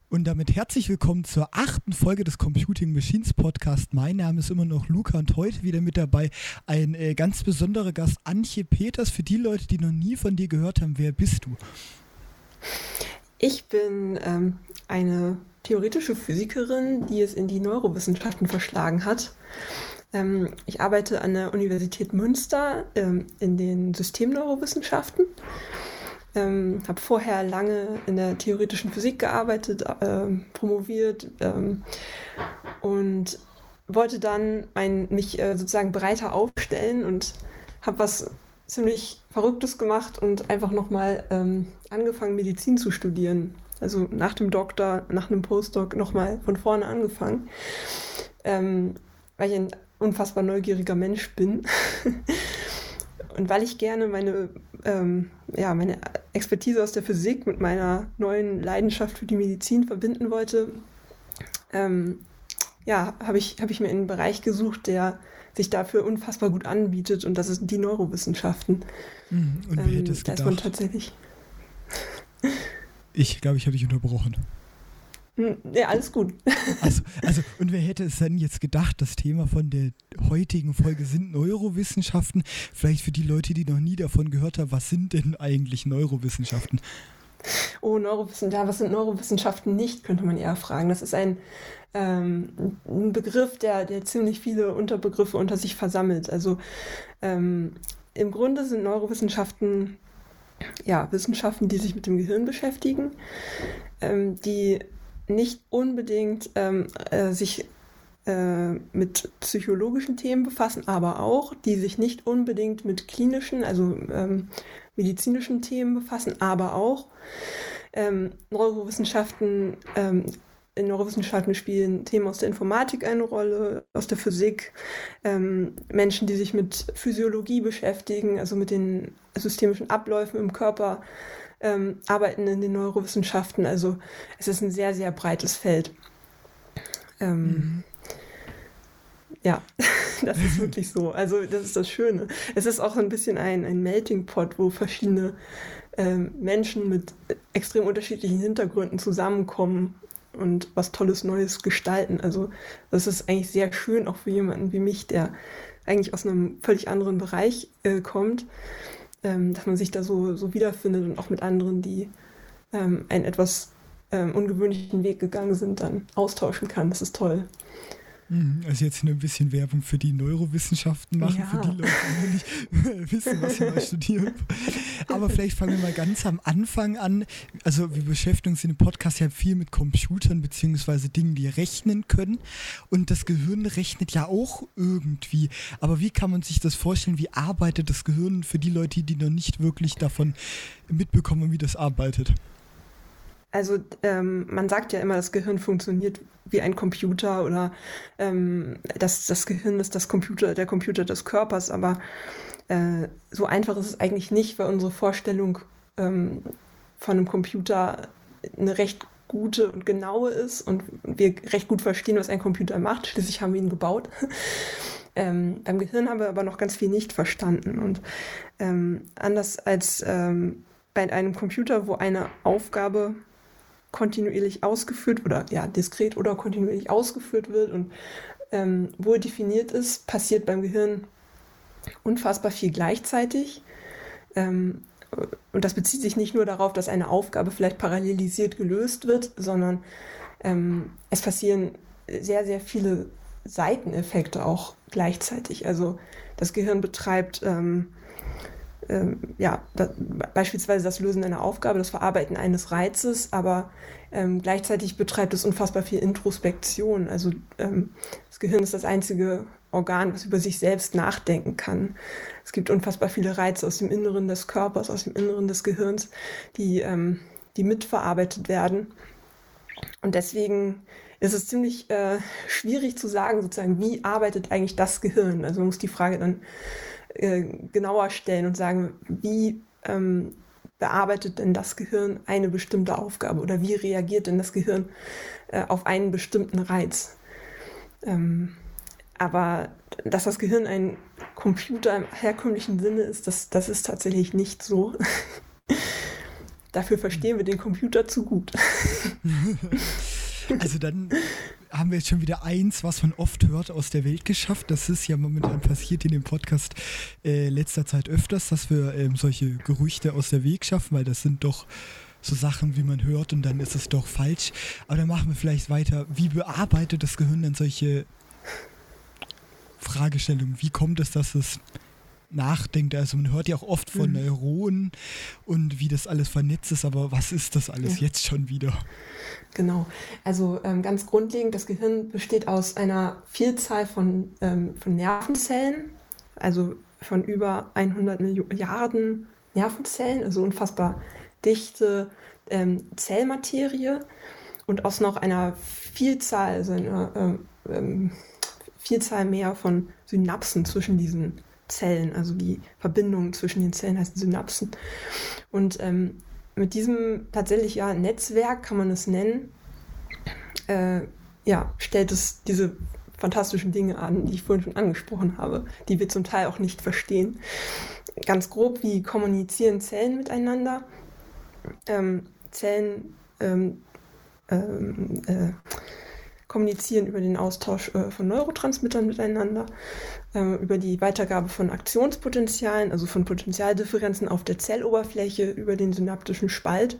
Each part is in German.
Und damit herzlich willkommen zur 8. Folge des Computing Machines Podcast. Mein Name ist immer noch Luca und heute wieder mit dabei ein ganz besonderer Gast, Antje Peters. Für die Leute, die noch nie von dir gehört haben, wer bist du? Ich bin eine theoretische Physikerin, die es in die Neurowissenschaften verschlagen hat. Ich arbeite an der Universität Münster in den Systemneurowissenschaften. Habe vorher lange in der theoretischen Physik gearbeitet, promoviert und wollte dann mich sozusagen breiter aufstellen und habe was ziemlich Verrücktes gemacht und einfach nochmal angefangen, Medizin zu studieren. Also nach dem Doktor, nach einem Postdoc nochmal von vorne angefangen, weil ich ein unfassbar neugieriger Mensch bin. Und weil ich gerne meine Expertise aus der Physik mit meiner neuen Leidenschaft für die Medizin verbinden wollte, habe ich mir einen Bereich gesucht, der sich dafür unfassbar gut anbietet, und das sind die Neurowissenschaften. Und wer hätte es gedacht? Da ist man tatsächlich... Ich glaube, ich habe dich unterbrochen. Ja, alles gut. Also, und wer hätte es denn jetzt gedacht, das Thema von der heutigen Folge sind Neurowissenschaften. Vielleicht für die Leute, die noch nie davon gehört haben, was sind denn eigentlich Neurowissenschaften? Oh, Neurowissenschaften, was sind Neurowissenschaften nicht, könnte man eher fragen. Das ist ein Begriff, der ziemlich viele Unterbegriffe unter sich versammelt. Also im Grunde sind Neurowissenschaften Wissenschaften, die sich mit dem Gehirn beschäftigen, die nicht unbedingt sich mit psychologischen Themen befassen, aber auch, die sich nicht unbedingt mit klinischen, also medizinischen Themen befassen, aber auch Neurowissenschaften. In Neurowissenschaften spielen Themen aus der Informatik eine Rolle, aus der Physik, Menschen, die sich mit Physiologie beschäftigen, also mit den systemischen Abläufen im Körper, arbeiten in den Neurowissenschaften. Also es ist ein sehr, sehr breites Feld. Ja, das ist wirklich so. Also das ist das Schöne. Es ist auch so ein bisschen ein Melting Pot, wo verschiedene Menschen mit extrem unterschiedlichen Hintergründen zusammenkommen und was Tolles Neues gestalten. Also das ist eigentlich sehr schön, auch für jemanden wie mich, der eigentlich aus einem völlig anderen Bereich kommt, dass man sich da so wiederfindet und auch mit anderen, die einen etwas ungewöhnlichen Weg gegangen sind, dann austauschen kann. Das ist toll. Also jetzt nur ein bisschen Werbung für die Neurowissenschaften machen, für die Leute, die nicht wissen, was sie mal studieren. Aber vielleicht fangen wir mal ganz am Anfang an. Also wir beschäftigen uns in dem Podcast ja viel mit Computern beziehungsweise Dingen, die rechnen können. Und das Gehirn rechnet ja auch irgendwie. Aber wie kann man sich das vorstellen? Wie arbeitet das Gehirn für die Leute, die noch nicht wirklich davon mitbekommen, wie das arbeitet? Also man sagt ja immer, das Gehirn funktioniert wie ein Computer oder das Gehirn ist der Computer des Körpers, aber so einfach ist es eigentlich nicht, weil unsere Vorstellung von einem Computer eine recht gute und genaue ist und wir recht gut verstehen, was ein Computer macht. Schließlich haben wir ihn gebaut. Beim Gehirn haben wir aber noch ganz viel nicht verstanden, und anders als bei einem Computer, wo eine Aufgabe kontinuierlich ausgeführt oder diskret oder kontinuierlich ausgeführt wird und wohl definiert ist, passiert beim Gehirn unfassbar viel gleichzeitig. Und das bezieht sich nicht nur darauf, dass eine Aufgabe vielleicht parallelisiert gelöst wird, sondern es passieren sehr, sehr viele Seiteneffekte auch gleichzeitig. Also das Gehirn betreibt beispielsweise das Lösen einer Aufgabe, das Verarbeiten eines Reizes, aber gleichzeitig betreibt es unfassbar viel Introspektion. Also das Gehirn ist das einzige Organ, was über sich selbst nachdenken kann. Es gibt unfassbar viele Reize aus dem Inneren des Körpers, aus dem Inneren des Gehirns, die mitverarbeitet werden. Und deswegen ist es ziemlich schwierig zu sagen, sozusagen, wie arbeitet eigentlich das Gehirn? Also man muss die Frage dann genauer stellen und sagen, wie bearbeitet denn das Gehirn eine bestimmte Aufgabe oder wie reagiert denn das Gehirn auf einen bestimmten Reiz. Aber dass das Gehirn ein Computer im herkömmlichen Sinne ist, das ist tatsächlich nicht so. dafür verstehen wir den Computer zu gut. Also dann haben wir jetzt schon wieder eins, was man oft hört, aus der Welt geschafft. Das ist ja momentan passiert in dem Podcast letzter Zeit öfters, dass wir solche Gerüchte aus der Welt schaffen, weil das sind doch so Sachen, wie man hört und dann ist es doch falsch. Aber dann machen wir vielleicht weiter. Wie bearbeitet das Gehirn dann solche Fragestellungen? Wie kommt es, dass es nachdenkt? Also man hört ja auch oft von Neuronen und wie das alles vernetzt ist, aber was ist das alles jetzt schon wieder? Genau, also ganz grundlegend, das Gehirn besteht aus einer Vielzahl von Nervenzellen, also von über 100 Milliarden Nervenzellen, also unfassbar dichte Zellmaterie und aus noch einer Vielzahl, also einer Vielzahl mehr von Synapsen zwischen diesen Zellen, also die Verbindungen zwischen den Zellen heißen Synapsen. Und mit diesem tatsächlich Netzwerk, kann man es nennen, stellt es diese fantastischen Dinge an, die ich vorhin schon angesprochen habe, die wir zum Teil auch nicht verstehen. Ganz grob, wie kommunizieren Zellen miteinander? Zellen kommunizieren über den Austausch von Neurotransmittern miteinander, über die Weitergabe von Aktionspotenzialen, also von Potentialdifferenzen auf der Zelloberfläche über den synaptischen Spalt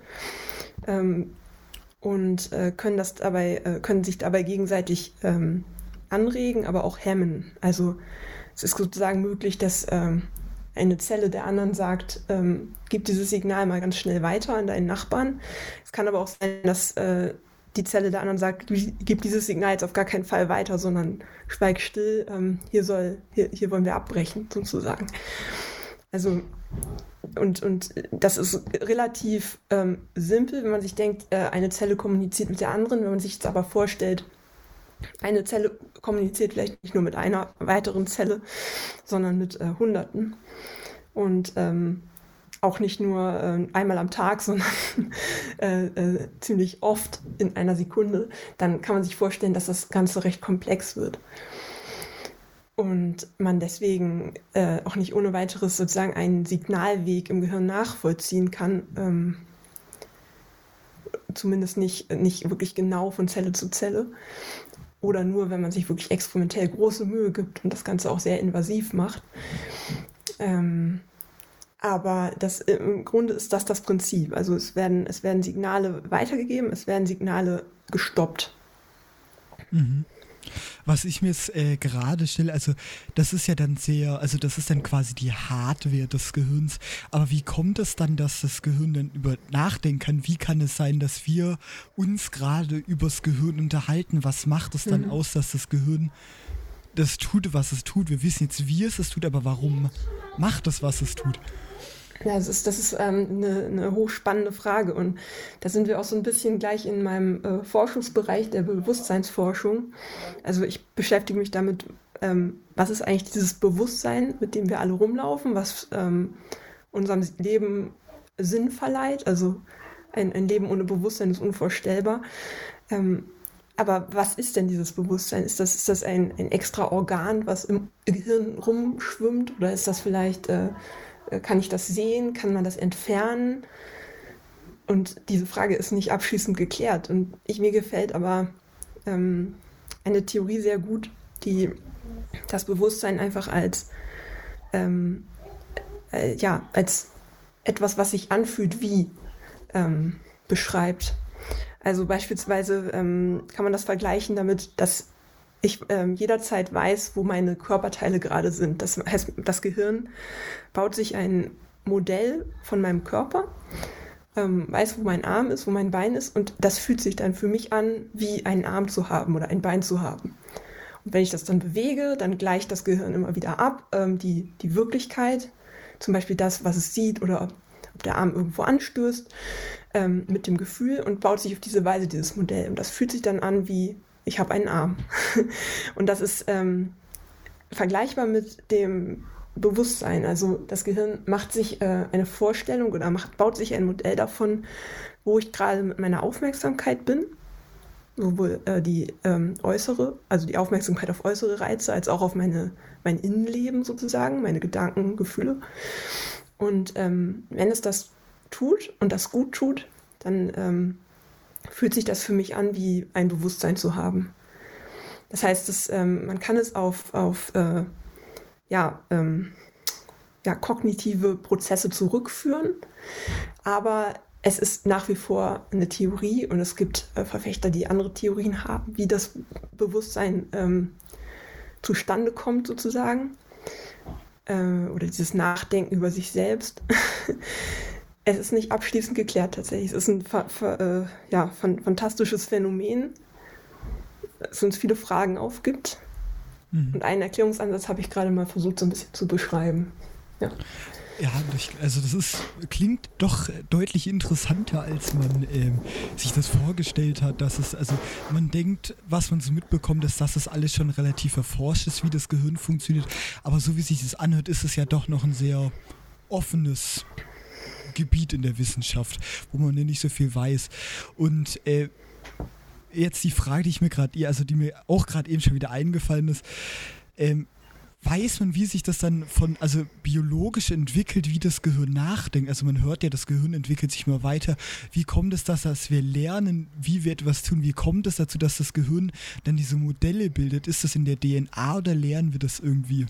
und können sich dabei gegenseitig anregen, aber auch hemmen. Also es ist sozusagen möglich, dass eine Zelle der anderen sagt, gib dieses Signal mal ganz schnell weiter an deinen Nachbarn. Es kann aber auch sein, dass die Zelle der anderen sagt, gib dieses Signal jetzt auf gar keinen Fall weiter, sondern schweig still, hier wollen wir abbrechen, sozusagen. Also, und das ist relativ simpel, wenn man sich denkt, eine Zelle kommuniziert mit der anderen. Wenn man sich jetzt aber vorstellt, eine Zelle kommuniziert vielleicht nicht nur mit einer weiteren Zelle, sondern mit Hunderten. Und auch nicht nur einmal am Tag, sondern ziemlich oft in einer Sekunde, dann kann man sich vorstellen, dass das Ganze recht komplex wird. Und man deswegen auch nicht ohne weiteres sozusagen einen Signalweg im Gehirn nachvollziehen kann, zumindest nicht wirklich genau von Zelle zu Zelle. Oder nur, wenn man sich wirklich experimentell große Mühe gibt und das Ganze auch sehr invasiv macht. Aber im Grunde ist das Prinzip. Also es werden Signale weitergegeben, es werden Signale gestoppt. Mhm. Was ich mir jetzt gerade stelle, also das ist ja dann das ist dann quasi die Hardware des Gehirns. Aber wie kommt es dann, dass das Gehirn dann nachdenken kann? Wie kann es sein, dass wir uns gerade übers Gehirn unterhalten? Was macht es dann aus, dass das Gehirn das tut, was es tut? Wir wissen jetzt, wie es tut, aber warum macht es, was es tut? Ja, das ist eine hochspannende Frage und da sind wir auch so ein bisschen gleich in meinem Forschungsbereich der Bewusstseinsforschung. Also ich beschäftige mich damit, was ist eigentlich dieses Bewusstsein, mit dem wir alle rumlaufen, was unserem Leben Sinn verleiht. Also ein Leben ohne Bewusstsein ist unvorstellbar. Aber was ist denn dieses Bewusstsein? Ist das ein extra Organ, was im Gehirn rumschwimmt oder ist das vielleicht... kann ich das sehen? Kann man das entfernen? Und diese Frage ist nicht abschließend geklärt. Und mir gefällt aber eine Theorie sehr gut, die das Bewusstsein einfach als etwas, was sich anfühlt wie beschreibt. Also beispielsweise kann man das vergleichen damit, dass ich jederzeit weiß, wo meine Körperteile gerade sind. Das heißt, das Gehirn baut sich ein Modell von meinem Körper, weiß, wo mein Arm ist, wo mein Bein ist und das fühlt sich dann für mich an, wie einen Arm zu haben oder ein Bein zu haben. Und wenn ich das dann bewege, dann gleicht das Gehirn immer wieder ab, die Wirklichkeit, zum Beispiel das, was es sieht oder ob der Arm irgendwo anstößt, mit dem Gefühl und baut sich auf diese Weise dieses Modell. Und das fühlt sich dann an wie ich habe einen Arm. Und das ist vergleichbar mit dem Bewusstsein. Also das Gehirn macht sich eine Vorstellung oder baut sich ein Modell davon, wo ich gerade mit meiner Aufmerksamkeit bin. Sowohl die Aufmerksamkeit auf äußere Reize, als auch auf mein Innenleben sozusagen, meine Gedanken, Gefühle. Und wenn es das tut und das gut tut, dann fühlt sich das für mich an, wie ein Bewusstsein zu haben. Das heißt, man kann es auf kognitive Prozesse zurückführen, aber es ist nach wie vor eine Theorie und es gibt Verfechter, die andere Theorien haben, wie das Bewusstsein zustande kommt sozusagen, oder dieses Nachdenken über sich selbst. Es ist nicht abschließend geklärt tatsächlich. Es ist ein fantastisches Phänomen, das uns viele Fragen aufgibt. Und einen Erklärungsansatz habe ich gerade mal versucht, so ein bisschen zu beschreiben. Ja. Ja, also das klingt doch deutlich interessanter, als man sich das vorgestellt hat, dass es, also man denkt, was man so mitbekommt, ist, dass das alles schon relativ erforscht ist, wie das Gehirn funktioniert, aber so wie sich das anhört, ist es ja doch noch ein sehr offenes Gebiet in der Wissenschaft, wo man ja nicht so viel weiß. Und jetzt die Frage, die mir auch gerade eben schon wieder eingefallen ist, weiß man, wie sich das dann biologisch entwickelt, wie das Gehirn nachdenkt? Also man hört ja, das Gehirn entwickelt sich mal weiter. Wie kommt es, dass wir lernen, wie wir etwas tun? Wie kommt es dazu, dass das Gehirn dann diese Modelle bildet? Ist das in der DNA oder lernen wir das irgendwie?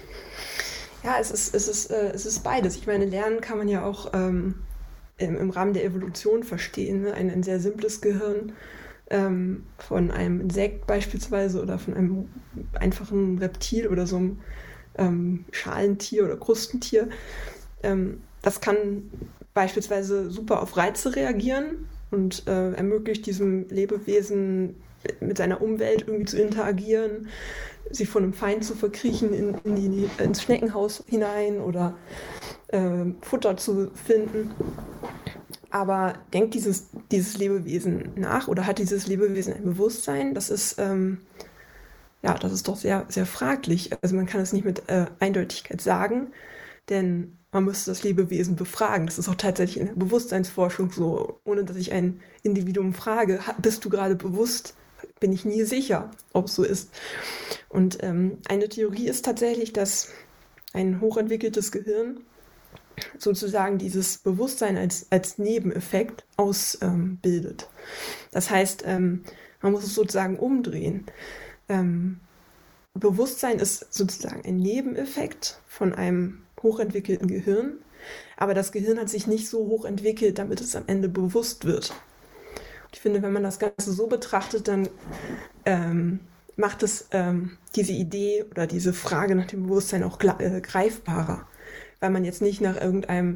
Ja, es ist beides. Ich meine, Lernen kann man ja auch im Rahmen der Evolution verstehen. Ne? Ein sehr simples Gehirn von einem Insekt beispielsweise oder von einem einfachen Reptil oder so einem Schalentier oder Krustentier. Das kann beispielsweise super auf Reize reagieren und ermöglicht diesem Lebewesen mit seiner Umwelt irgendwie zu interagieren, sich von einem Feind zu verkriechen ins Schneckenhaus hinein oder Futter zu finden. Aber denkt dieses Lebewesen nach oder hat dieses Lebewesen ein Bewusstsein? Das ist doch sehr, sehr fraglich. Also man kann es nicht mit Eindeutigkeit sagen, denn man müsste das Lebewesen befragen. Das ist auch tatsächlich in der Bewusstseinsforschung so. Ohne dass ich ein Individuum frage, bist du gerade bewusst, bin ich nie sicher, ob es so ist. Und eine Theorie ist tatsächlich, dass ein hochentwickeltes Gehirn sozusagen dieses Bewusstsein als Nebeneffekt ausbildet. Das heißt, man muss es sozusagen umdrehen. Bewusstsein ist sozusagen ein Nebeneffekt von einem hochentwickelten Gehirn, aber das Gehirn hat sich nicht so hoch entwickelt, damit es am Ende bewusst wird. Und ich finde, wenn man das Ganze so betrachtet, dann macht es diese Idee oder diese Frage nach dem Bewusstsein auch greifbarer, weil man jetzt nicht nach irgendeinem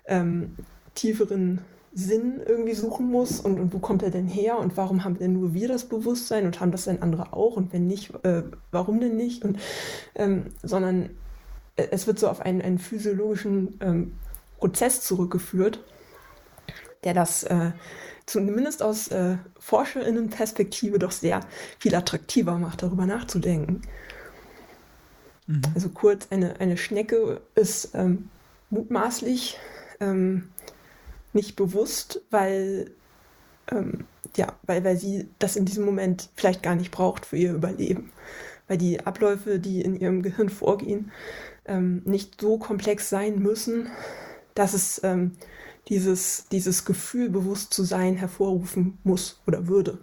tieferen Sinn irgendwie suchen muss und wo kommt er denn her und warum haben denn nur wir das Bewusstsein und haben das denn andere auch und wenn nicht, warum denn nicht? Und, sondern es wird so auf einen physiologischen Prozess zurückgeführt, der das zumindest aus ForscherInnen-Perspektive doch sehr viel attraktiver macht, darüber nachzudenken. Also kurz, eine Schnecke ist mutmaßlich nicht bewusst, weil sie das in diesem Moment vielleicht gar nicht braucht für ihr Überleben. Weil die Abläufe, die in ihrem Gehirn vorgehen, nicht so komplex sein müssen, dass es dieses Gefühl, bewusst zu sein, hervorrufen muss oder würde.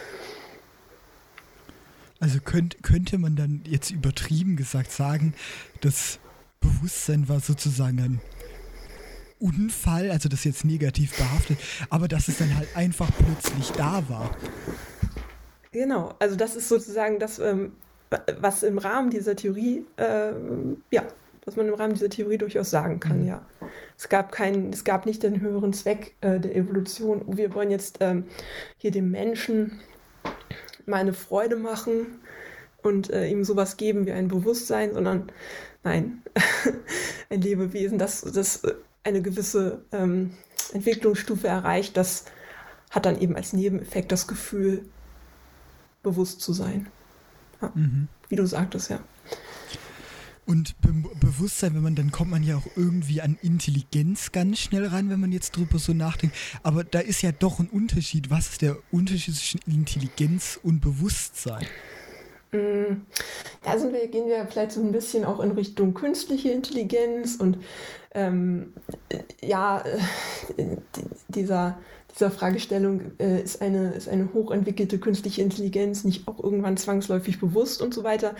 Also könnte man dann jetzt übertrieben gesagt sagen, das Bewusstsein war sozusagen ein Unfall, also das ist jetzt negativ behaftet, aber dass es dann halt einfach plötzlich da war. Genau, also das ist sozusagen das, was im Rahmen dieser Theorie, was man im Rahmen dieser Theorie durchaus sagen kann, ja. Es gab nicht den höheren Zweck der Evolution. Wir wollen jetzt hier dem Menschen mal eine Freude machen und ihm sowas geben wie ein Bewusstsein, sondern nein, ein Lebewesen, das eine gewisse Entwicklungsstufe erreicht, das hat dann eben als Nebeneffekt das Gefühl, bewusst zu sein. Ja, wie du sagtest, ja. Und Bewusstsein, dann kommt man ja auch irgendwie an Intelligenz ganz schnell ran, wenn man jetzt drüber so nachdenkt. Aber da ist ja doch ein Unterschied. Was ist der Unterschied zwischen Intelligenz und Bewusstsein? Gehen wir vielleicht so ein bisschen auch in Richtung künstliche Intelligenz und ja, dieser Fragestellung, ist eine hochentwickelte künstliche Intelligenz nicht auch irgendwann zwangsläufig bewusst und so weiter.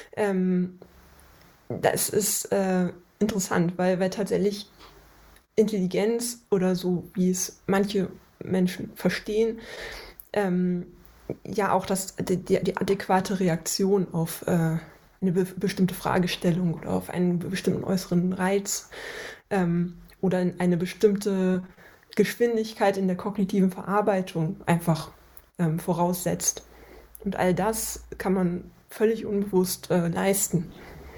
Das ist interessant, weil tatsächlich Intelligenz oder so, wie es manche Menschen verstehen, ja auch die adäquate Reaktion auf eine bestimmte Fragestellung oder auf einen bestimmten äußeren Reiz oder in eine bestimmte Geschwindigkeit in der kognitiven Verarbeitung einfach voraussetzt. Und all das kann man völlig unbewusst leisten.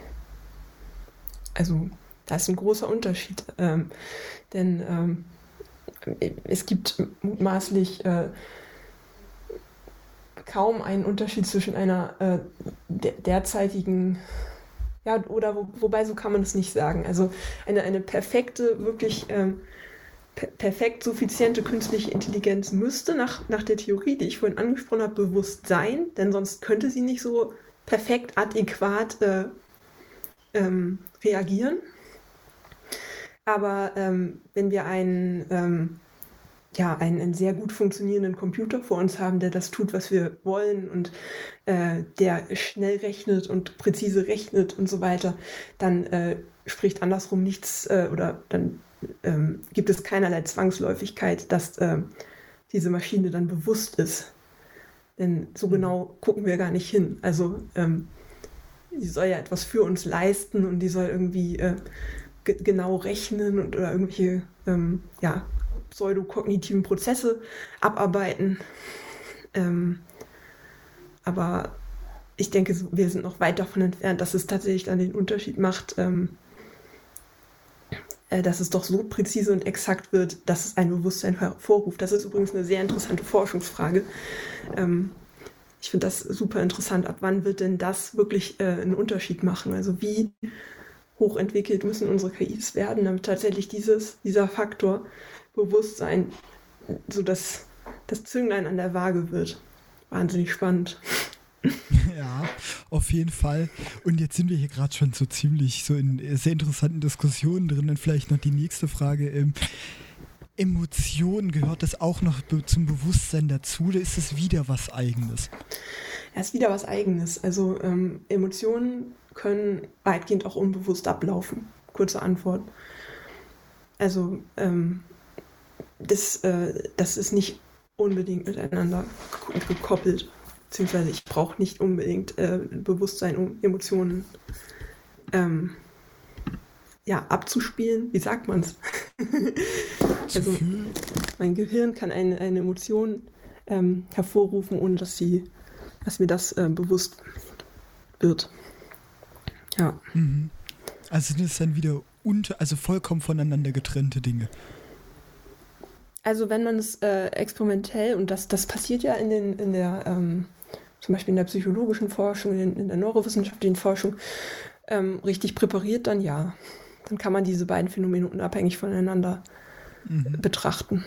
Also da ist ein großer Unterschied, denn es gibt mutmaßlich kaum einen Unterschied zwischen einer derzeitigen, ja, oder wobei so kann man es nicht sagen. Also eine perfekte, wirklich perfekt suffiziente künstliche Intelligenz müsste nach der Theorie, die ich vorhin angesprochen habe, bewusst sein, denn sonst könnte sie nicht so perfekt adäquat reagieren. Aber wenn wir einen sehr gut funktionierenden Computer vor uns haben, der das tut, was wir wollen und der schnell rechnet und präzise rechnet und so weiter, dann spricht andersrum nichts oder dann gibt es keinerlei Zwangsläufigkeit, dass diese Maschine dann bewusst ist. Denn so genau gucken wir gar nicht hin. Also die soll ja etwas für uns leisten und die soll irgendwie genau rechnen oder irgendwelche pseudokognitiven Prozesse abarbeiten. Aber ich denke, wir sind noch weit davon entfernt, dass es tatsächlich dann den Unterschied macht, dass es doch so präzise und exakt wird, dass es ein Bewusstsein hervorruft. Das ist übrigens eine sehr interessante Forschungsfrage. Ich finde das super interessant. Ab wann wird denn das wirklich einen Unterschied machen? Also wie hochentwickelt müssen unsere KIs werden, damit tatsächlich dieser Faktor Bewusstsein so das Zünglein an der Waage wird. Wahnsinnig spannend. Ja, auf jeden Fall. Und jetzt sind wir hier gerade schon so ziemlich so in sehr interessanten Diskussionen drin. Dann vielleicht noch die nächste Frage. Emotionen, gehört das auch noch zum Bewusstsein dazu oder ist es wieder was Eigenes? Ja, ist wieder was Eigenes. Also Emotionen können weitgehend auch unbewusst ablaufen. Kurze Antwort. Also das ist nicht unbedingt miteinander gekoppelt. Beziehungsweise ich brauche nicht unbedingt Bewusstsein, um Emotionen abzuspielen. Wie sagt man es? Also mein Gehirn kann eine Emotion hervorrufen, ohne dass mir das bewusst wird. Ja. Also das ist dann wieder vollkommen voneinander getrennte Dinge. Also wenn man es experimentell, und das passiert ja in der zum Beispiel in der psychologischen Forschung, in der neurowissenschaftlichen Forschung, richtig präpariert, dann ja. Dann kann man diese beiden Phänomene unabhängig voneinander betrachten.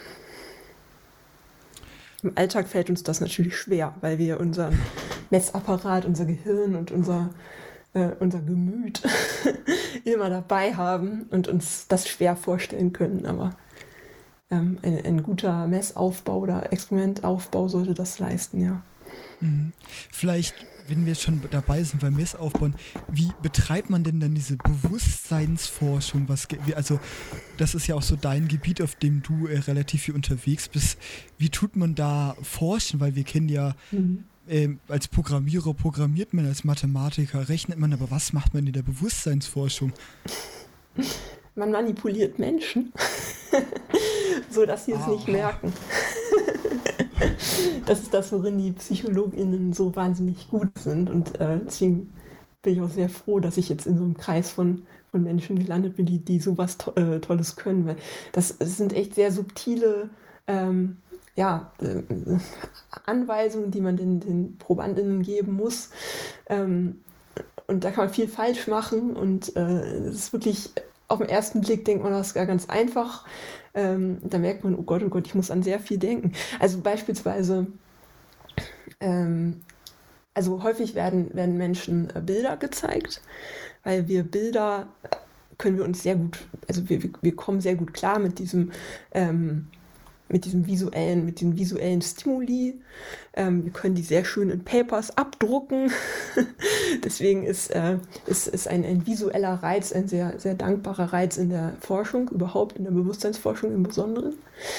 Im Alltag fällt uns das natürlich schwer, weil wir unseren Messapparat, unser Gehirn und unser Gemüt immer dabei haben und uns das schwer vorstellen können. Aber ein guter Messaufbau oder Experimentaufbau sollte das leisten, ja. Vielleicht, wenn wir schon dabei sind beim Messaufbauen, wie betreibt man denn dann diese Bewusstseinsforschung? Also das ist ja auch so dein Gebiet, auf dem du relativ viel unterwegs bist. Wie tut man da forschen? Weil wir kennen ja, als Programmierer programmiert man, als Mathematiker rechnet man, aber was macht man in der Bewusstseinsforschung? Man manipuliert Menschen, so dass sie es nicht merken. Das ist das, worin die PsychologInnen so wahnsinnig gut sind. Und deswegen bin ich auch sehr froh, dass ich jetzt in so einem Kreis von Menschen gelandet bin, die sowas Tolles können. Weil das sind echt sehr subtile Anweisungen, die man den ProbandInnen geben muss. Und da kann man viel falsch machen. Und es ist wirklich, auf den ersten Blick denkt man, das ist gar ganz einfach. Da merkt man, oh Gott, ich muss an sehr viel denken. Also beispielsweise also häufig werden Menschen Bilder gezeigt, weil wir Bilder können wir uns sehr gut, also wir kommen sehr gut klar mit diesem visuellen Stimuli. Wir können die sehr schön in Papers abdrucken. Deswegen ist ein visueller Reiz ein sehr, sehr dankbarer Reiz in der Forschung, überhaupt in der Bewusstseinsforschung im Besonderen.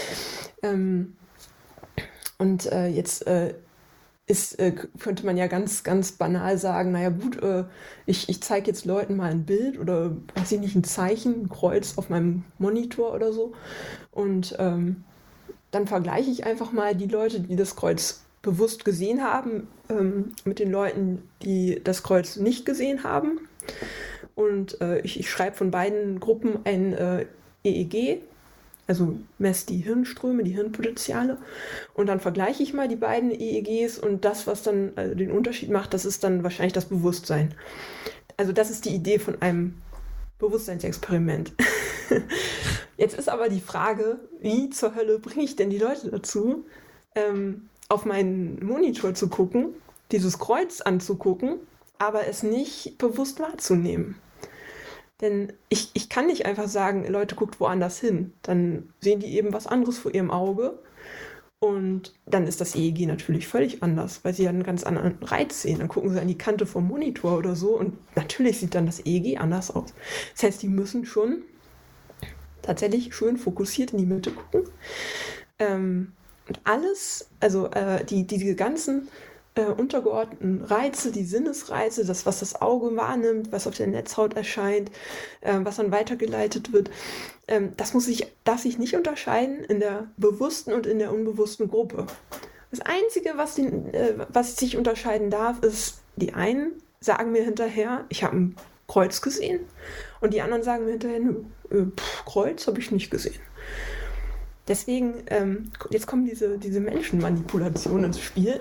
Jetzt könnte man ja ganz, ganz banal sagen, naja gut, ich zeige jetzt Leuten mal ein Bild oder, weiß ich nicht, ein Zeichen, ein Kreuz auf meinem Monitor oder so und dann vergleiche ich einfach mal die Leute, die das Kreuz bewusst gesehen haben, mit den Leuten, die das Kreuz nicht gesehen haben. Und ich schreibe von beiden Gruppen ein EEG, also messe die Hirnströme, die Hirnpotenziale. Und dann vergleiche ich mal die beiden EEGs und das, was dann den Unterschied macht, das ist dann wahrscheinlich das Bewusstsein. Also das ist die Idee von einem Bewusstseinsexperiment. Jetzt ist aber die Frage, wie zur Hölle bringe ich denn die Leute dazu, auf meinen Monitor zu gucken, dieses Kreuz anzugucken, aber es nicht bewusst wahrzunehmen. Denn ich kann nicht einfach sagen, Leute, guckt woanders hin. Dann sehen die eben was anderes vor ihrem Auge. Und dann ist das EEG natürlich völlig anders, weil sie ja einen ganz anderen Reiz sehen. Dann gucken sie an die Kante vom Monitor oder so und natürlich sieht dann das EEG anders aus. Das heißt, die müssen schon tatsächlich schön fokussiert in die Mitte gucken. Und alles, also diese ganzen untergeordneten Reize, die Sinnesreize, das, was das Auge wahrnimmt, was auf der Netzhaut erscheint, was dann weitergeleitet wird, darf sich nicht unterscheiden in der bewussten und in der unbewussten Gruppe. Das Einzige, was sich unterscheiden darf, ist, die einen sagen mir hinterher, ich habe ein Kreuz gesehen, und die anderen sagen mir hinterher, nö, Kreuz habe ich nicht gesehen. Deswegen, jetzt kommen diese Menschenmanipulationen ins Spiel.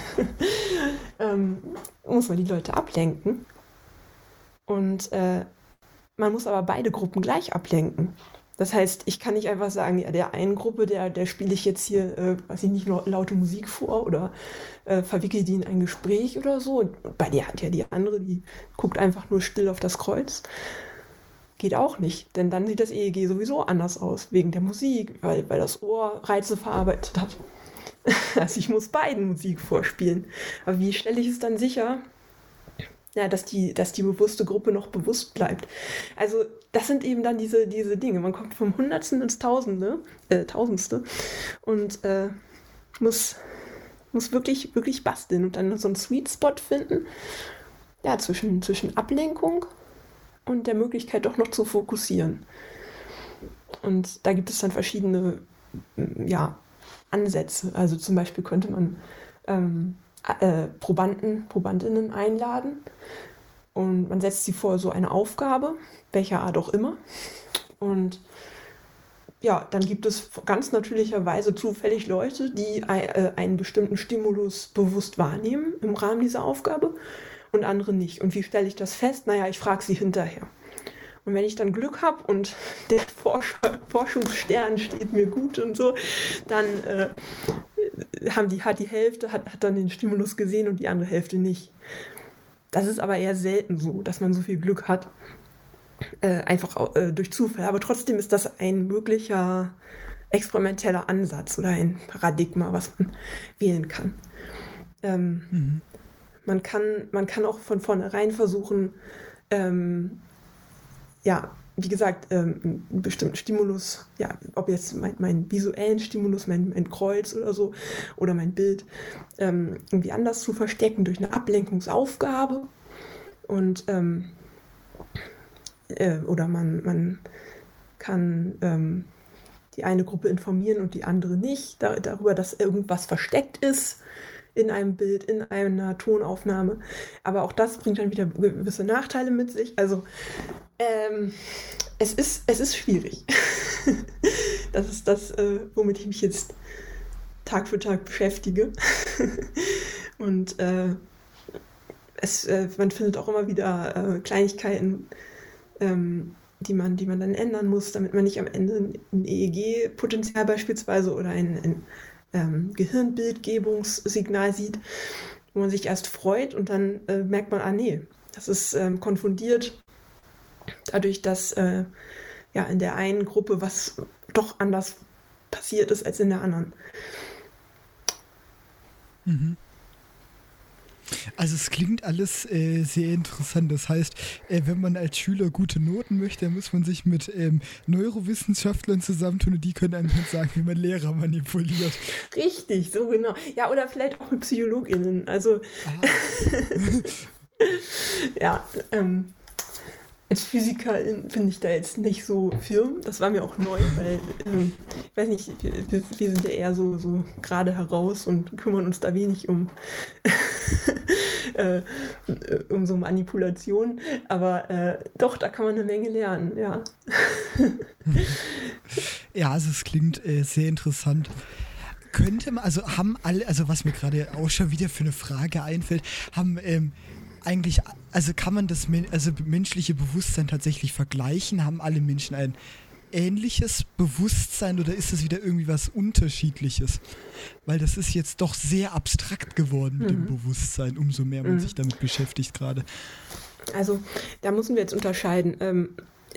Muss man die Leute ablenken. Und man muss aber beide Gruppen gleich ablenken. Das heißt, ich kann nicht einfach sagen, ja, der einen Gruppe, der spiele ich jetzt hier, weiß ich nicht, laute Musik vor oder verwickle die in ein Gespräch oder so. Und bei der hat ja die andere, die guckt einfach nur still auf das Kreuz. Geht auch nicht, denn dann sieht das EEG sowieso anders aus, wegen der Musik, weil das Ohr Reize verarbeitet hat. Also ich muss beiden Musik vorspielen. Aber wie stelle ich es dann sicher, ja, dass die bewusste Gruppe noch bewusst bleibt? Also das sind eben dann diese Dinge. Man kommt vom Hundertsten ins Tausendste und muss wirklich, wirklich basteln und dann so einen Sweet Spot finden, ja, zwischen Ablenkung und der Möglichkeit doch noch zu fokussieren. Und da gibt es dann verschiedene Ansätze. Also zum Beispiel könnte man Probandinnen einladen und man setzt sie vor so eine Aufgabe, welcher Art auch immer. Und ja, dann gibt es ganz natürlicherweise zufällig Leute, die einen bestimmten Stimulus bewusst wahrnehmen im Rahmen dieser Aufgabe und andere nicht. Und wie stelle ich das fest? Naja, ich frage sie hinterher. Und wenn ich dann Glück habe und der Forschungsstern steht mir gut und so, dann hat die Hälfte hat dann den Stimulus gesehen und die andere Hälfte nicht. Das ist aber eher selten so, dass man so viel Glück hat. Einfach durch Zufall. Aber trotzdem ist das ein möglicher experimenteller Ansatz oder ein Paradigma, was man wählen kann. Man kann auch von vornherein versuchen, wie gesagt, einen bestimmten Stimulus, ja, ob jetzt mein visuellen Stimulus, mein Kreuz oder so, oder mein Bild, irgendwie anders zu verstecken durch eine Ablenkungsaufgabe. Und oder man kann die eine Gruppe informieren und die andere nicht, darüber, dass irgendwas versteckt ist in einem Bild, in einer Tonaufnahme. Aber auch das bringt dann wieder gewisse Nachteile mit sich. Also es ist schwierig. Das ist das, womit ich mich jetzt Tag für Tag beschäftige. Und man findet auch immer wieder Kleinigkeiten, die man dann ändern muss, damit man nicht am Ende ein EEG-Potenzial beispielsweise oder ein Gehirnbildgebungssignal sieht. wo man sich erst freut und dann merkt man, nee, das ist konfundiert dadurch, dass in der einen Gruppe was doch anders passiert ist als in der anderen. Mhm. Also es klingt alles sehr interessant. Das heißt, wenn man als Schüler gute Noten möchte, dann muss man sich mit Neurowissenschaftlern zusammentun und die können einem dann sagen, wie man Lehrer manipuliert. Richtig, so genau. Ja, oder vielleicht auch mit PsychologInnen. Also als Physikerin bin ich da jetzt nicht so firm. Das war mir auch neu, weil, ich weiß nicht, wir sind ja eher so gerade heraus und kümmern uns da wenig um so Manipulation. Aber doch, da kann man eine Menge lernen, ja. Ja, also es klingt sehr interessant. Könnte man, also haben alle, also was mir gerade auch schon wieder für eine Frage einfällt, haben eigentlich, also kann man das menschliche Bewusstsein tatsächlich vergleichen? Haben alle Menschen ein ähnliches Bewusstsein oder ist das wieder irgendwie was Unterschiedliches? Weil das ist jetzt doch sehr abstrakt geworden mit dem Bewusstsein, umso mehr man sich damit beschäftigt gerade. Also da müssen wir jetzt unterscheiden.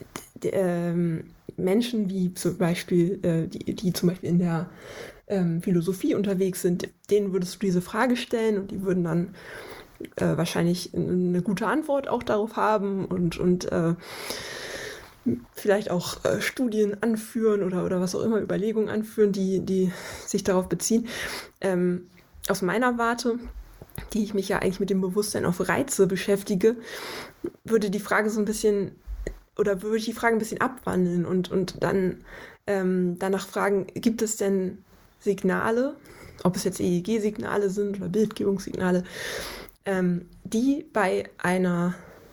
Menschen wie zum Beispiel, die zum Beispiel in der Philosophie unterwegs sind, denen würdest du diese Frage stellen und die würden dann wahrscheinlich eine gute Antwort auch darauf haben und vielleicht auch Studien anführen oder was auch immer, Überlegungen anführen, die sich darauf beziehen. Aus meiner Warte, die ich mich ja eigentlich mit dem Bewusstsein auf Reize beschäftige, würde die Frage so ein bisschen, oder würde ich die Frage ein bisschen abwandeln und dann danach fragen, gibt es denn Signale, ob es jetzt EEG-Signale sind oder Bildgebungssignale, die bei einem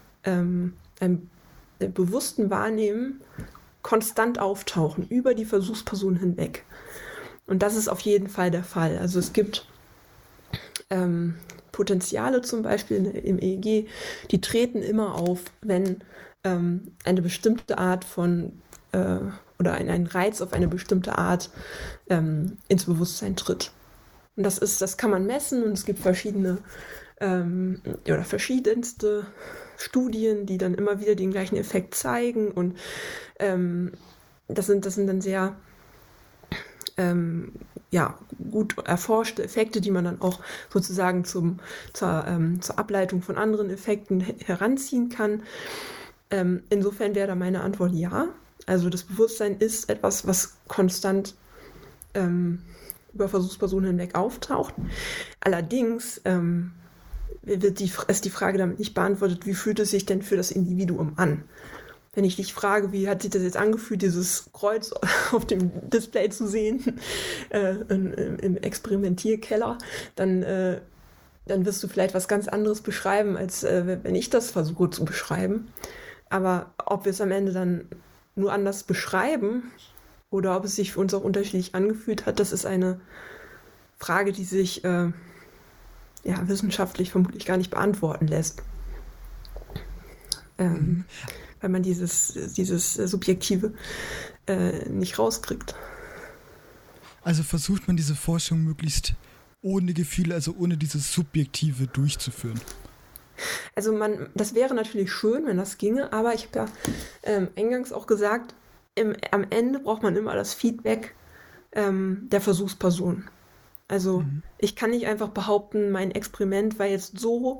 bewussten Wahrnehmen konstant auftauchen, über die Versuchsperson hinweg. Und das ist auf jeden Fall der Fall. Also es gibt Potenziale zum Beispiel im EEG, die treten immer auf, wenn eine bestimmte Art von oder ein Reiz auf eine bestimmte Art ins Bewusstsein tritt. Und das kann man messen und es gibt verschiedenste Studien, die dann immer wieder den gleichen Effekt zeigen und das sind dann sehr gut erforschte Effekte, die man dann auch sozusagen zur Ableitung von anderen Effekten heranziehen kann. Insofern wäre da meine Antwort ja. Also das Bewusstsein ist etwas, was konstant über Versuchspersonen hinweg auftaucht. Allerdings ist die Frage damit nicht beantwortet, wie fühlt es sich denn für das Individuum an? Wenn ich dich frage, wie hat sich das jetzt angefühlt, dieses Kreuz auf dem Display zu sehen, im Experimentierkeller, dann wirst du vielleicht was ganz anderes beschreiben, als wenn ich das versuche zu beschreiben. Aber ob wir es am Ende dann nur anders beschreiben oder ob es sich für uns auch unterschiedlich angefühlt hat, das ist eine Frage, die sich wissenschaftlich vermutlich gar nicht beantworten lässt. Weil man dieses Subjektive nicht rauskriegt. Also versucht man diese Forschung möglichst ohne Gefühle, also ohne dieses Subjektive durchzuführen. Also das wäre natürlich schön, wenn das ginge, aber ich habe ja eingangs auch gesagt, am Ende braucht man immer das Feedback der Versuchsperson. Also ich kann nicht einfach behaupten, mein Experiment war jetzt so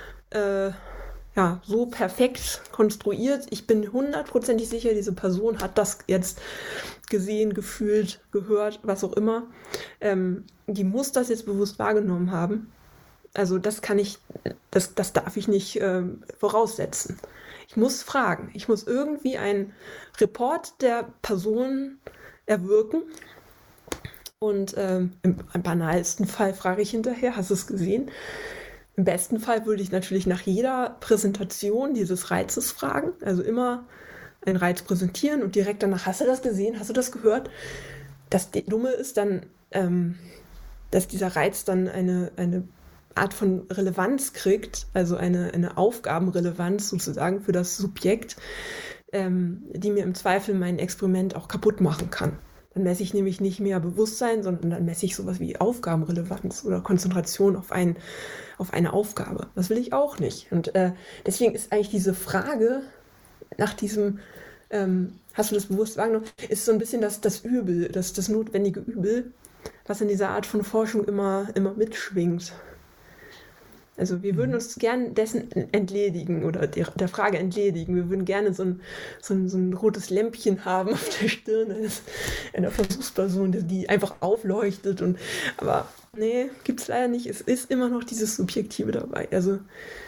perfekt konstruiert. Ich bin 100%ig sicher, diese Person hat das jetzt gesehen, gefühlt, gehört, was auch immer. Die muss das jetzt bewusst wahrgenommen haben. Also das darf ich nicht voraussetzen. Ich muss fragen. Ich muss irgendwie einen Report der Person erwirken. Und im banalsten Fall frage ich hinterher, hast du es gesehen? Im besten Fall würde ich natürlich nach jeder Präsentation dieses Reizes fragen. Also immer einen Reiz präsentieren und direkt danach, hast du das gesehen? Hast du das gehört? Das Dumme ist dann, dass dieser Reiz dann eine Art von Relevanz kriegt, also eine Aufgabenrelevanz sozusagen für das Subjekt, die mir im Zweifel mein Experiment auch kaputt machen kann. Dann messe ich nämlich nicht mehr Bewusstsein, sondern dann messe ich sowas wie Aufgabenrelevanz oder Konzentration auf ein auf eine Aufgabe. Das will ich auch nicht. Und deswegen ist eigentlich diese Frage nach diesem, hast du das bewusst wahrgenommen, ist so ein bisschen das Übel, das notwendige Übel, was in dieser Art von Forschung immer mitschwingt. Also wir würden uns gern dessen entledigen oder der Frage entledigen. Wir würden gerne so ein rotes Lämpchen haben auf der Stirn einer Versuchsperson, die einfach aufleuchtet. Aber nee, gibt es leider nicht. Es ist immer noch dieses Subjektive dabei. Also,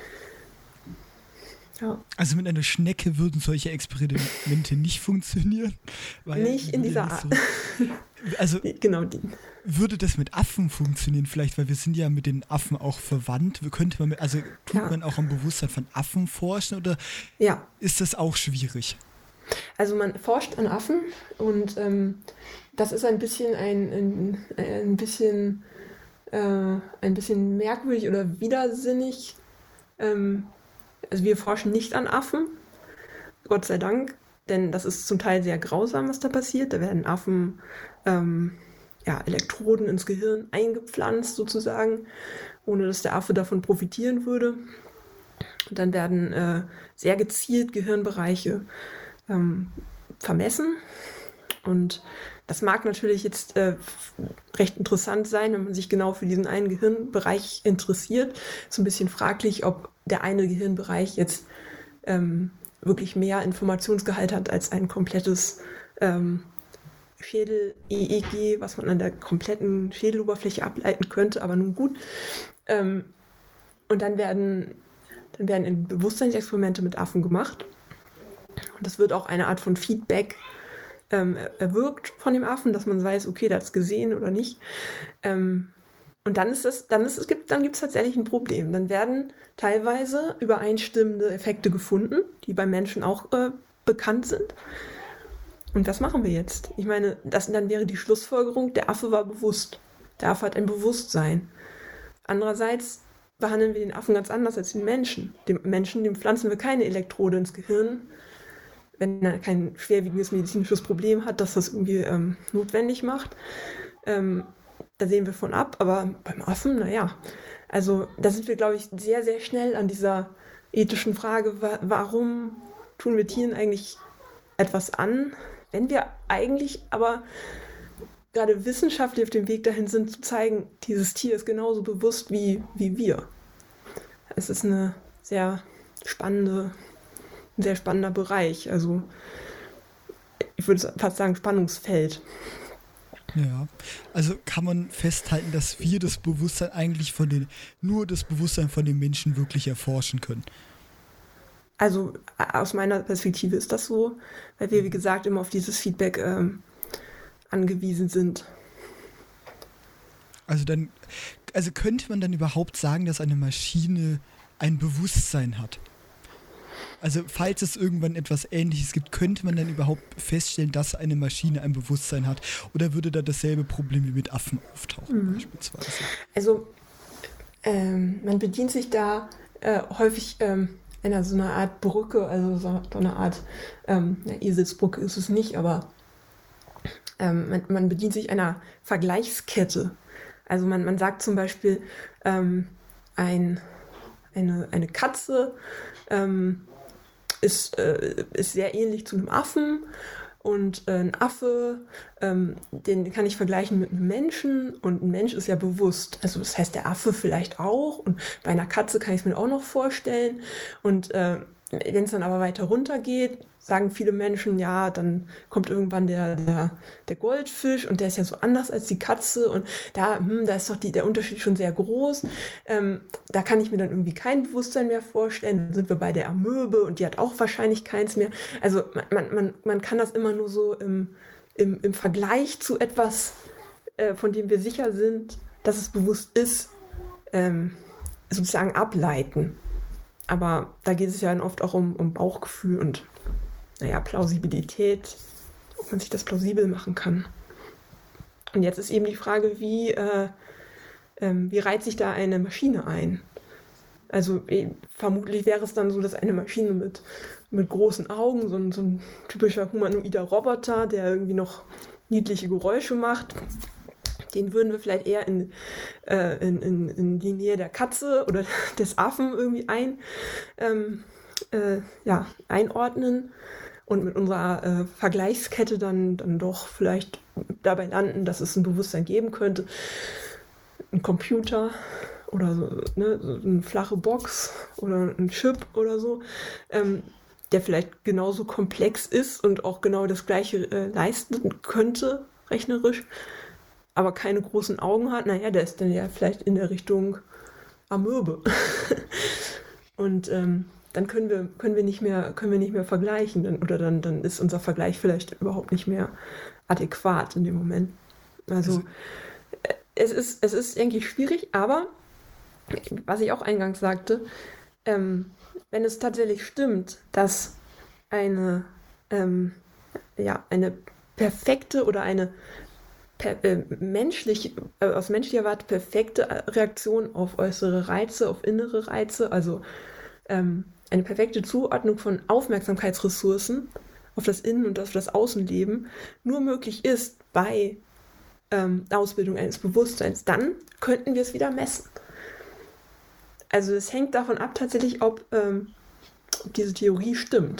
ja. Also mit einer Schnecke würden solche Experimente nicht funktionieren? Weil nicht in dieser Art. Also genau die. Würde das mit Affen funktionieren vielleicht, weil wir sind ja mit den Affen auch verwandt. Tut man auch am Bewusstsein von Affen forschen oder ist das auch schwierig? Also man forscht an Affen und das ist ein bisschen ein bisschen merkwürdig oder widersinnig. Also wir forschen nicht an Affen, Gott sei Dank, denn das ist zum Teil sehr grausam, was da passiert. Da werden Affen Elektroden ins Gehirn eingepflanzt sozusagen, ohne dass der Affe davon profitieren würde. Und dann werden sehr gezielt Gehirnbereiche vermessen. Und das mag natürlich jetzt recht interessant sein, wenn man sich genau für diesen einen Gehirnbereich interessiert. So ein bisschen fraglich, ob der eine Gehirnbereich jetzt wirklich mehr Informationsgehalt hat als ein komplettes Schädel-EEG, was man an der kompletten Schädeloberfläche ableiten könnte, aber nun gut. Und dann werden Bewusstseinsexperimente mit Affen gemacht. Und das wird auch eine Art von Feedback erwirkt von dem Affen, dass man weiß, okay, der hat es gesehen oder nicht. Und dann gibt es tatsächlich ein Problem. Dann werden teilweise übereinstimmende Effekte gefunden, die beim Menschen auch bekannt sind. Und was machen wir jetzt? Ich meine, dann wäre die Schlussfolgerung, der Affe war bewusst. Der Affe hat ein Bewusstsein. Andererseits behandeln wir den Affen ganz anders als den Menschen. Dem Menschen, dem pflanzen wir keine Elektrode ins Gehirn, wenn er kein schwerwiegendes medizinisches Problem hat, das das irgendwie notwendig macht. Da sehen wir von ab, aber beim Affen, also da sind wir, glaube ich, sehr, sehr schnell an dieser ethischen Frage, warum tun wir Tieren eigentlich etwas an, wenn wir eigentlich aber gerade wissenschaftlich auf dem Weg dahin sind, zu zeigen, dieses Tier ist genauso bewusst wie wir. Es ist ein sehr spannender Bereich. Also ich würde fast sagen Spannungsfeld. Ja, also kann man festhalten, dass wir das Bewusstsein eigentlich nur das Bewusstsein von den Menschen wirklich erforschen können. Also aus meiner Perspektive ist das so, weil wir, wie gesagt, immer auf dieses Feedback angewiesen sind. Also könnte man dann überhaupt sagen, dass eine Maschine ein Bewusstsein hat? Also falls es irgendwann etwas Ähnliches gibt, könnte man dann überhaupt feststellen, dass eine Maschine ein Bewusstsein hat? Oder würde da dasselbe Problem wie mit Affen auftauchen beispielsweise? Also man bedient sich da häufig einer so einer Art Brücke, also so eine Art Eselsbrücke ist es nicht, aber man bedient sich einer Vergleichskette. Also man sagt zum Beispiel, eine Katze ist sehr ähnlich zu einem Affen und ein Affe, den kann ich vergleichen mit einem Menschen und ein Mensch ist ja bewusst. Also das heißt, der Affe vielleicht auch und bei einer Katze kann ich es mir auch noch vorstellen und wenn es dann aber weiter runter geht, sagen viele Menschen, ja, dann kommt irgendwann der Goldfisch und der ist ja so anders als die Katze und da ist doch der Unterschied schon sehr groß. Da kann ich mir dann irgendwie kein Bewusstsein mehr vorstellen. Dann sind wir bei der Amöbe und die hat auch wahrscheinlich keins mehr. Also man kann das immer nur so im Vergleich zu etwas, von dem wir sicher sind, dass es bewusst ist, sozusagen ableiten. Aber da geht es ja dann oft auch um Bauchgefühl und Plausibilität, ob man sich das plausibel machen kann. Und jetzt ist eben die Frage, wie reiht sich da eine Maschine ein? Also vermutlich wäre es dann so, dass eine Maschine mit großen Augen, so ein typischer humanoider Roboter, der irgendwie noch niedliche Geräusche macht, Den würden wir vielleicht eher in die Nähe der Katze oder des Affen irgendwie einordnen und mit unserer Vergleichskette dann doch vielleicht dabei landen, dass es ein Bewusstsein geben könnte. Ein Computer oder so, ne, so eine flache Box oder ein Chip oder so, der vielleicht genauso komplex ist und auch genau das Gleiche leisten könnte, rechnerisch, aber keine großen Augen hat. Naja, der ist dann ja vielleicht in der Richtung Amöbe. Und dann können wir nicht mehr vergleichen, dann ist unser Vergleich vielleicht überhaupt nicht mehr adäquat in dem Moment. Also es ist eigentlich schwierig, aber was ich auch eingangs sagte, wenn es tatsächlich stimmt, dass eine perfekte oder eine aus menschlicher Warte perfekte Reaktion auf äußere Reize, auf innere Reize, also eine perfekte Zuordnung von Aufmerksamkeitsressourcen auf das Innen- und auf das Außenleben nur möglich ist bei Ausbildung eines Bewusstseins, dann könnten wir es wieder messen. Also es hängt davon ab tatsächlich, ob diese Theorie stimmt.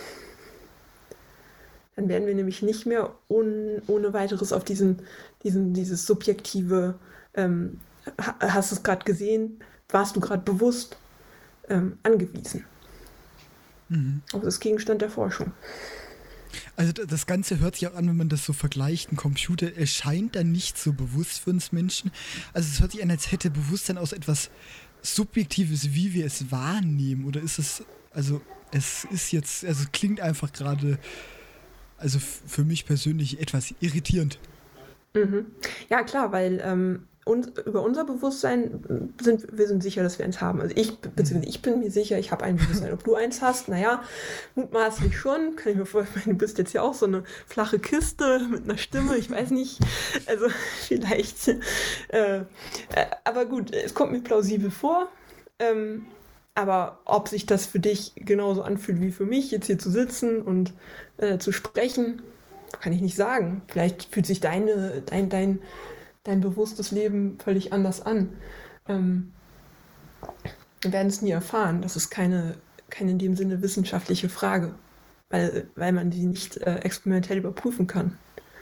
Dann werden wir nämlich nicht mehr ohne weiteres auf dieses subjektive, hast du es gerade gesehen, warst du gerade bewusst, angewiesen. Aber das ist Gegenstand der Forschung. Also das Ganze hört sich auch an, wenn man das so vergleicht. Ein Computer erscheint dann nicht so bewusst für uns Menschen. Also es hört sich an, als hätte Bewusstsein aus etwas Subjektives, wie wir es wahrnehmen. Oder ist es, also es ist jetzt, also es klingt einfach gerade, also für mich persönlich etwas irritierend. Ja, klar, weil über unser Bewusstsein wir sind sicher, dass wir eins haben. Also ich bin mir sicher, ich habe ein Bewusstsein. Ob du eins hast, naja, mutmaßlich schon. Kann ich mir vorstellen, du bist jetzt ja auch so eine flache Kiste mit einer Stimme, ich weiß nicht. Also vielleicht. Aber gut, es kommt mir plausibel vor. Aber ob sich das für dich genauso anfühlt wie für mich, jetzt hier zu sitzen und zu sprechen, kann ich nicht sagen. Vielleicht fühlt sich dein bewusstes Leben völlig anders an. Wir werden es nie erfahren. Das ist keine in dem Sinne wissenschaftliche Frage, weil man die nicht experimentell überprüfen kann.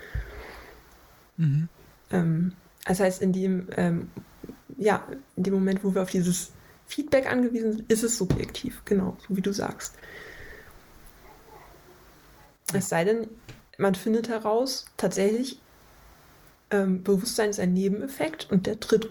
Das heißt, in dem Moment, wo wir auf dieses Feedback angewiesen sind, ist es subjektiv, genau, so wie du sagst. Es sei denn, man findet heraus, tatsächlich, Bewusstsein ist ein Nebeneffekt und der tritt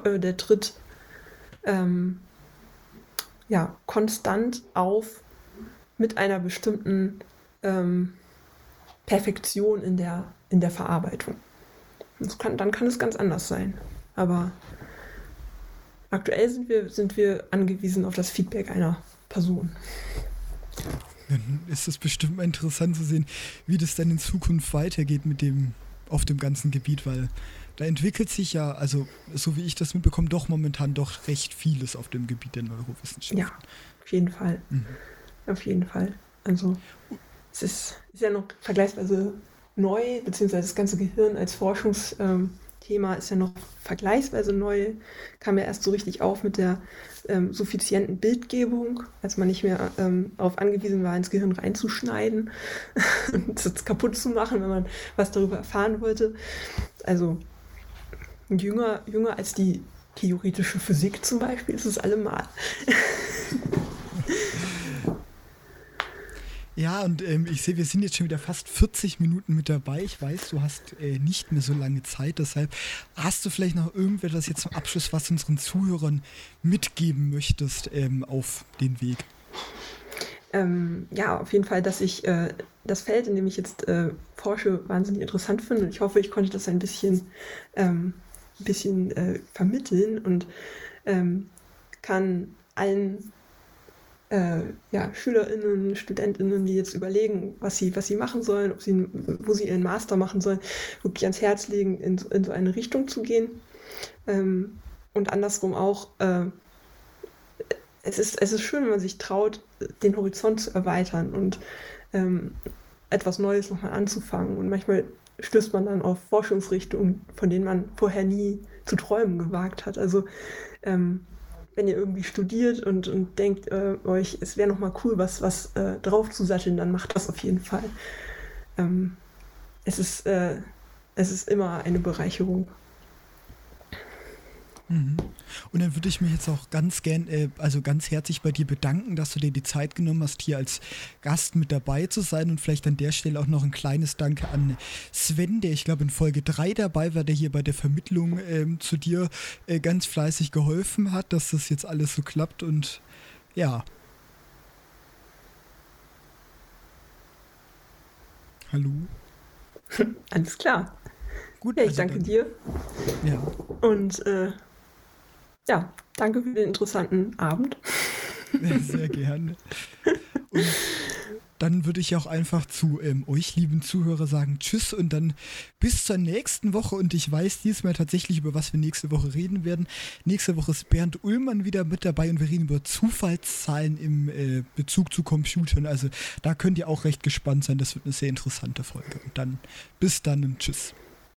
konstant auf mit einer bestimmten Perfektion in der Verarbeitung. Dann kann es ganz anders sein. Aber aktuell sind wir angewiesen auf das Feedback einer Person. Dann ist es bestimmt mal interessant zu sehen, wie das dann in Zukunft weitergeht auf dem ganzen Gebiet, weil da entwickelt sich ja, also so wie ich das mitbekomme, doch momentan doch recht vieles auf dem Gebiet der Neurowissenschaften. Ja, auf jeden Fall. Auf jeden Fall. Also es ist ja noch vergleichsweise neu, beziehungsweise das ganze Gehirn als Forschungsthema ist ja noch vergleichsweise neu, kam ja erst so richtig auf mit der suffizienten Bildgebung, als man nicht mehr darauf angewiesen war, ins Gehirn reinzuschneiden und es kaputt zu machen, wenn man was darüber erfahren wollte. Also jünger als die theoretische Physik zum Beispiel ist es allemal. Ja, und ich sehe, wir sind jetzt schon wieder fast 40 Minuten mit dabei. Ich weiß, du hast nicht mehr so lange Zeit, deshalb hast du vielleicht noch irgendetwas jetzt zum Abschluss, was du unseren Zuhörern mitgeben möchtest auf den Weg? Ja, auf jeden Fall, dass ich das Feld, in dem ich jetzt forsche, wahnsinnig interessant finde. Und ich hoffe, ich konnte das ein bisschen vermitteln und kann allen SchülerInnen, StudentInnen, die jetzt überlegen, was sie machen sollen, wo sie ihren Master machen sollen, wirklich ans Herz legen, in so eine Richtung zu gehen. Und andersrum auch, es ist schön, wenn man sich traut, den Horizont zu erweitern und etwas Neues nochmal anzufangen. Und manchmal stößt man dann auf Forschungsrichtungen, von denen man vorher nie zu träumen gewagt hat. Also wenn ihr irgendwie studiert und denkt euch, es wäre nochmal cool, was drauf zu satteln, dann macht das auf jeden Fall. Es ist immer eine Bereicherung. Und dann würde ich mich jetzt auch ganz herzlich bei dir bedanken, dass du dir die Zeit genommen hast, hier als Gast mit dabei zu sein, und vielleicht an der Stelle auch noch ein kleines Danke an Sven, der ich glaube in Folge 3 dabei war, der hier bei der Vermittlung zu dir ganz fleißig geholfen hat, dass das jetzt alles so klappt, und ja. Hallo? Alles klar. Gut, ja, ich danke dir. Ja. Und danke für den interessanten Abend. Sehr gerne. Und dann würde ich auch einfach zu euch, lieben Zuhörer, sagen Tschüss und dann bis zur nächsten Woche. Und ich weiß diesmal tatsächlich, über was wir nächste Woche reden werden. Nächste Woche ist Bernd Ullmann wieder mit dabei und wir reden über Zufallszahlen im Bezug zu Computern. Also da könnt ihr auch recht gespannt sein. Das wird eine sehr interessante Folge. Und dann bis dann und tschüss.